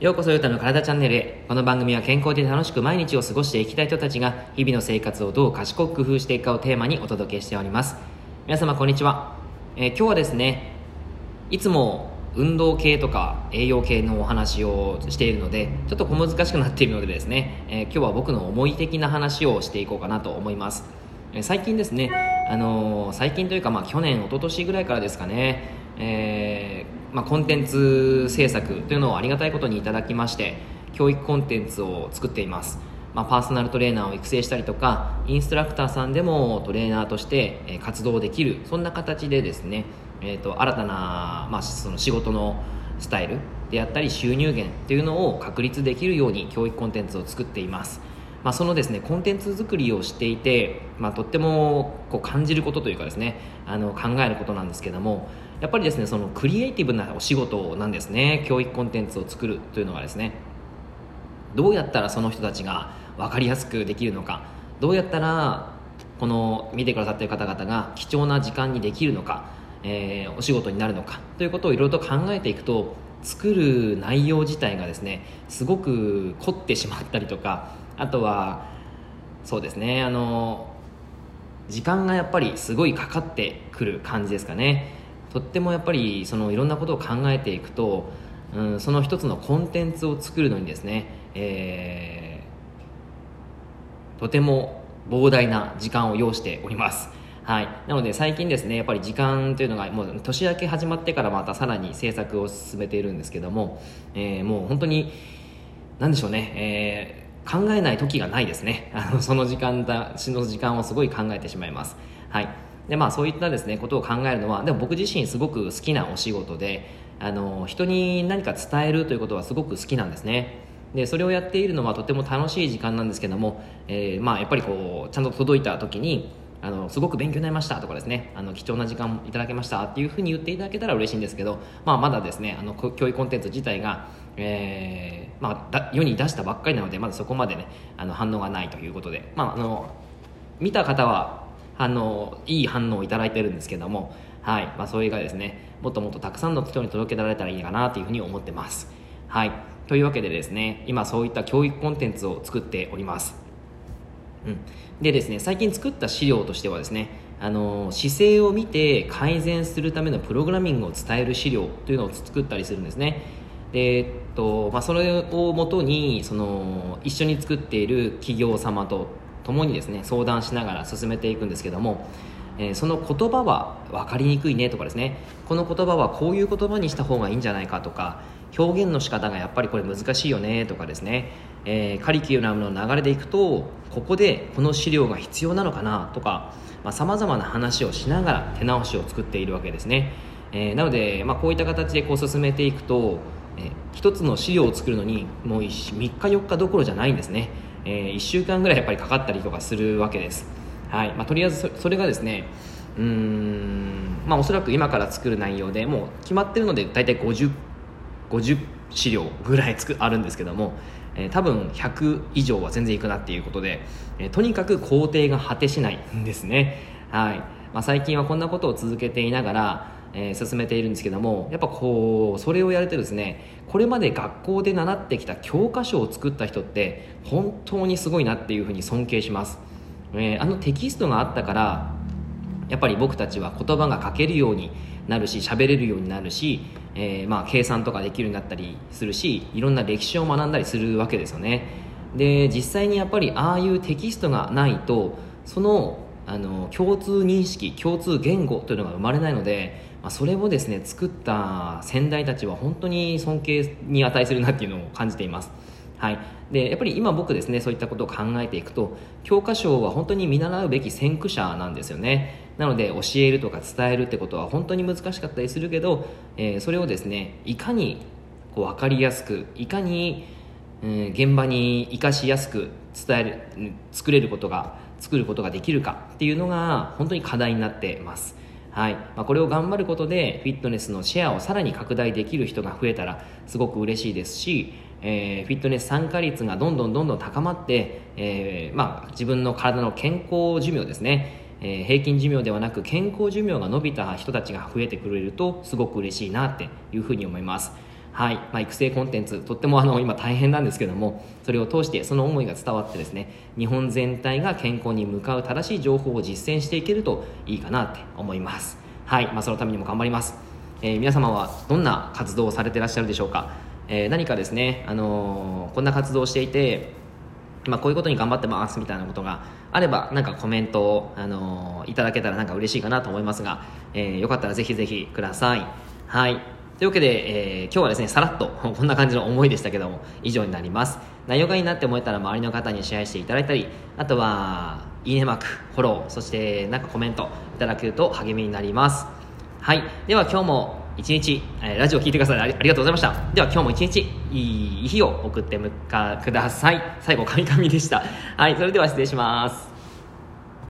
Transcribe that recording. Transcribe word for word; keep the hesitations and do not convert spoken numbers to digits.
ようこそヨタの体チャンネルへ。この番組は健康で楽しく毎日を過ごしていきたい人たちが日々の生活をどう賢く工夫していくかをテーマにお届けしております。皆様こんにちは。えー、今日はですね、いつも運動系とか栄養系のお話をしているのでちょっと小難しくなっているのでですね、えー、今日は僕の思い的な話をしていこうかなと思います。えー、最近ですね、あのー、最近というか、まあ、去年一昨年ぐらいからですかね、えーまあ、コンテンツ制作というのをありがたいことにいただきまして教育コンテンツを作っています。まあ、パーソナルトレーナーを育成したりとかインストラクターさんでもトレーナーとして活動できる、そんな形でですね、えー、と新たな、まあ、その仕事のスタイルであったり収入源というのを確立できるように教育コンテンツを作っています。まあ、そのですねコンテンツ作りをしていて、まあ、とってもこう感じることというかですね、あの考えることなんですけども、やっぱりですねそのクリエイティブなお仕事なんですね。教育コンテンツを作るというのがですね、どうやったらその人たちが分かりやすくできるのか、どうやったらこの見てくださっている方々が貴重な時間にできるのか、えー、お仕事になるのかということをいろいろと考えていくと、作る内容自体がですねすごく凝ってしまったりとか、あとはそうですね、あの時間がやっぱりすごいかかってくる感じですかね。とってもやっぱりそのいろんなことを考えていくと、うん、その一つのコンテンツを作るのにですね、えー、とても膨大な時間を要しております。はい、なので最近ですねやっぱり時間というのがもう年明け始まってからまたさらに制作を進めているんですけども、えー、もう本当に何でしょうね、えー、考えない時がないですね。あのその時間だその時間をすごい考えてしまいます。はい。でまあそういったですねことを考えるのは、でも僕自身すごく好きなお仕事で、あの人に何か伝えるということはすごく好きなんですね。でそれをやっているのはとても楽しい時間なんですけども、えー、まあやっぱりこうちゃんと届いた時にあのすごく勉強になりましたとかですね、あの貴重な時間いただけましたっていうふうに言っていただけたら嬉しいんですけど、まあ、まだですねあの教育コンテンツ自体が、えーまあ、世に出したばっかりなのでまだそこまでねあの反応がないということで、まあ、あの見た方はあのいい反応をいただいてるんですけども、はいまあ、それがですねもっともっとたくさんの人に届けられたらいいかなというふうに思ってます。はい、というわけでですね今そういった教育コンテンツを作っております。うん、でですね最近作った資料としてはですね、あの姿勢を見て改善するためのプログラミングを伝える資料というのを作ったりするんですね。でえっとまあ、それをもとにその一緒に作っている企業様と共にですね相談しながら進めていくんですけども、えー、その言葉は分かりにくいねとかですね、この言葉はこういう言葉にした方がいいんじゃないかとか、表現の仕方がやっぱりこれ難しいよねとかですね、えー、カリキュラムの流れでいくとここでこの資料が必要なのかなとか、さまざ、まな話をしながら手直しを作っているわけですね。えー、なので、まあ、こういった形でこう進めていくと、えー、一つの資料を作るのにもうみっかよっかどころじゃないんですね。えー、いっしゅうかんぐらいやっぱりかかったりとかするわけです。はいまあ、とりあえず そ, それがですねうーん、まあ、おそらく今から作る内容でもう決まってるのでだいたいごじゅう、ごじゅう資料ぐらいつくあるんですけども、えー、多分ひゃく以上は全然いくなっていうことで、えー、とにかく工程が果てしないんですね。はいまあ、最近はこんなことを続けていながらえー、進めているんですけども、やっぱこうそれをやるとですね、これまで学校で習ってきた教科書を作った人って本当にすごいなっていうふうに尊敬します。えー、あのテキストがあったからやっぱり僕たちは言葉が書けるようになるし喋れるようになるし、えー、まあ計算とかできるようになったりするし、いろんな歴史を学んだりするわけですよね。で実際にやっぱりああいうテキストがないとそのあの共通認識共通言語というのが生まれないので、まあ、それをですね作った先代たちは本当に尊敬に値するなっていうのを感じています。はい、でやっぱり今僕ですねそういったことを考えていくと、教科書は本当に見習うべき先駆者なんですよね。なので教えるとか伝えるってことは本当に難しかったりするけど、えー、それをですねいかにこう分かりやすくいかに、うん、現場に生かしやすく伝える作れることが作ることができるかっていうのが本当に課題になっています。はいまあ、これを頑張ることでフィットネスのシェアをさらに拡大できる人が増えたらすごく嬉しいですし、えー、フィットネス参加率がどんどんどんどん高まって、えーまあ、自分の体の健康寿命ですね、えー、平均寿命ではなく健康寿命が伸びた人たちが増えてくれるとすごく嬉しいなっていうふうに思います。 はい、まあ、育成コンテンツとってもあの今大変なんですけども、それを通してその思いが伝わってですね、日本全体が健康に向かう正しい情報を実践していけるといいかなって思います。はい、まあ、そのためにも頑張ります。えー、皆様はどんな活動をされていらっしゃるでしょうか。えー、何かですね、あのー、こんな活動をしていて、まあ、こういうことに頑張ってますみたいなことがあれば、なんかコメントを、あのー、いただけたらなんか嬉しいかなと思いますが、えー、よかったらぜひぜひください。はい、というわけで、えー、今日はですねさらっとこんな感じの思いでしたけども以上になります。内容がいいなって思えたら周りの方にシェアしていただいたり、あとはいいねマーク、フォロー、そしてなんかコメントいただけると励みになります。はい、では今日も一日、えー、ラジオを聞いてくださいあり、ありがとうございました。では今日も一日いい日を送ってむかください。最後カミカミでした。はい、それでは失礼します。